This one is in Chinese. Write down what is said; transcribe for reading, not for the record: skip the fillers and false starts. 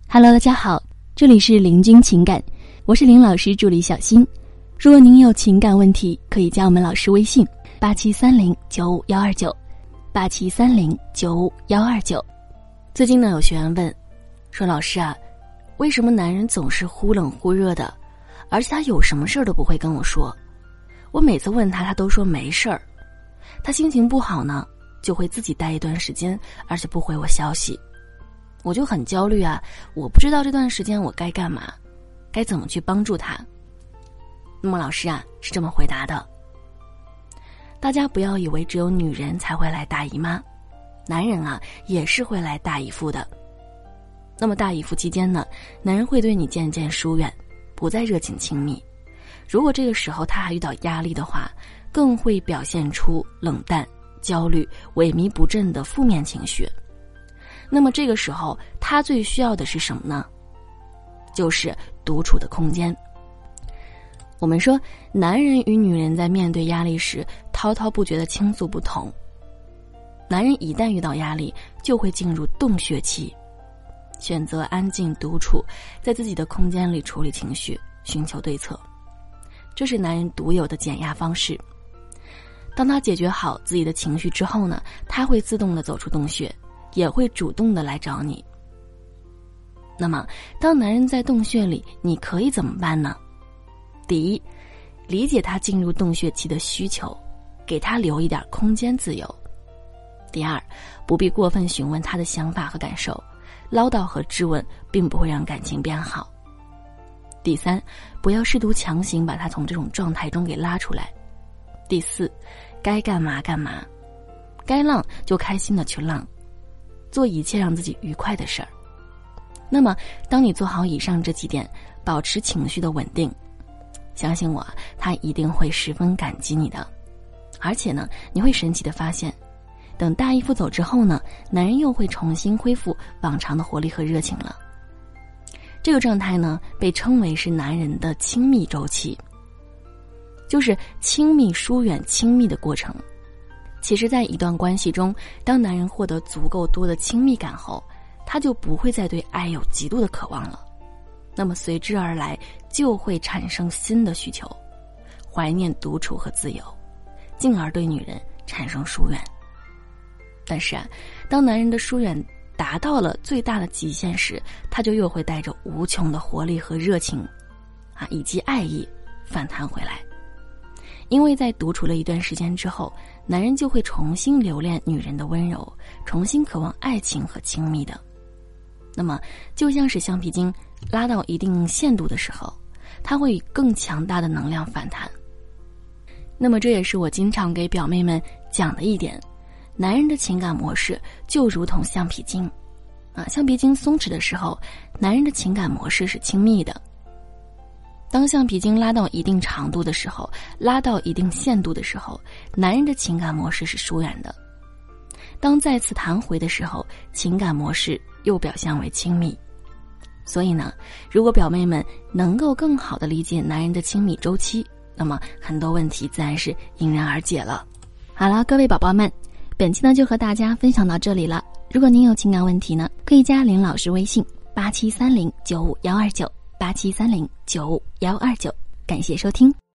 Hello， 大家好，这里是林君情感，我是林老师助理小新。如果您有情感问题，可以加我们老师微信8730-95129，8730-95129。最近呢，有学员问说，老师啊，为什么男人总是忽冷忽热的，而且他有什么事儿都不会跟我说？我每次问他，他都说没事儿。他心情不好呢，就会自己待一段时间，而且不回我消息。我就很焦虑啊，我不知道这段时间我该干嘛，该怎么去帮助他。那么老师啊，是这么回答的：大家不要以为只有女人才会来大姨妈，男人啊也是会来大姨夫的。那么大姨夫期间呢，男人会对你渐渐疏远，不再热情亲密。如果这个时候他还遇到压力的话，更会表现出冷淡、焦虑、萎靡不振的负面情绪。那么这个时候他最需要的是什么呢？就是独处的空间。我们说，男人与女人在面对压力时滔滔不绝的倾诉不同。男人一旦遇到压力，就会进入洞穴期，选择安静独处，在自己的空间里处理情绪，寻求对策。这是男人独有的减压方式。当他解决好自己的情绪之后呢，他会自动的走出洞穴，也会主动的来找你。那么当男人在洞穴里，你可以怎么办呢？第一，理解他进入洞穴期的需求，给他留一点空间自由。第二，不必过分询问他的想法和感受，唠叨和质问并不会让感情变好。第三，不要试图强行把他从这种状态中给拉出来。第四，该干嘛干嘛，该浪就开心的去浪，做一切让自己愉快的事儿。那么当你做好以上这几点，保持情绪的稳定，相信我，他一定会十分感激你的。而且呢，你会神奇的发现，等大姨夫走之后呢，男人又会重新恢复往常的活力和热情了。这个状态呢，被称为是男人的亲密周期，就是亲密疏远亲密的过程。其实在一段关系中，当男人获得足够多的亲密感后，他就不会再对爱有极度的渴望了。那么随之而来就会产生新的需求，怀念独处和自由，进而对女人产生疏远。但是啊，当男人的疏远达到了最大的极限时，他就又会带着无穷的活力和热情以及爱意反弹回来。因为在独处了一段时间之后，男人就会重新留恋女人的温柔，重新渴望爱情和亲密的。那么就像是橡皮筋拉到一定限度的时候，它会以更强大的能量反弹。那么这也是我经常给表妹们讲的一点，男人的情感模式就如同橡皮筋橡皮筋松弛的时候，男人的情感模式是亲密的。当橡皮筋拉到一定长度的时候，拉到一定限度的时候，男人的情感模式是疏远的。当再次弹回的时候，情感模式又表现为亲密。所以呢，如果表妹们能够更好地理解男人的亲密周期，那么很多问题自然是迎刃而解了。好了，各位宝宝们，本期呢就和大家分享到这里了。如果您有情感问题呢，可以加林老师微信8730-95129，8730-95129。感谢收听。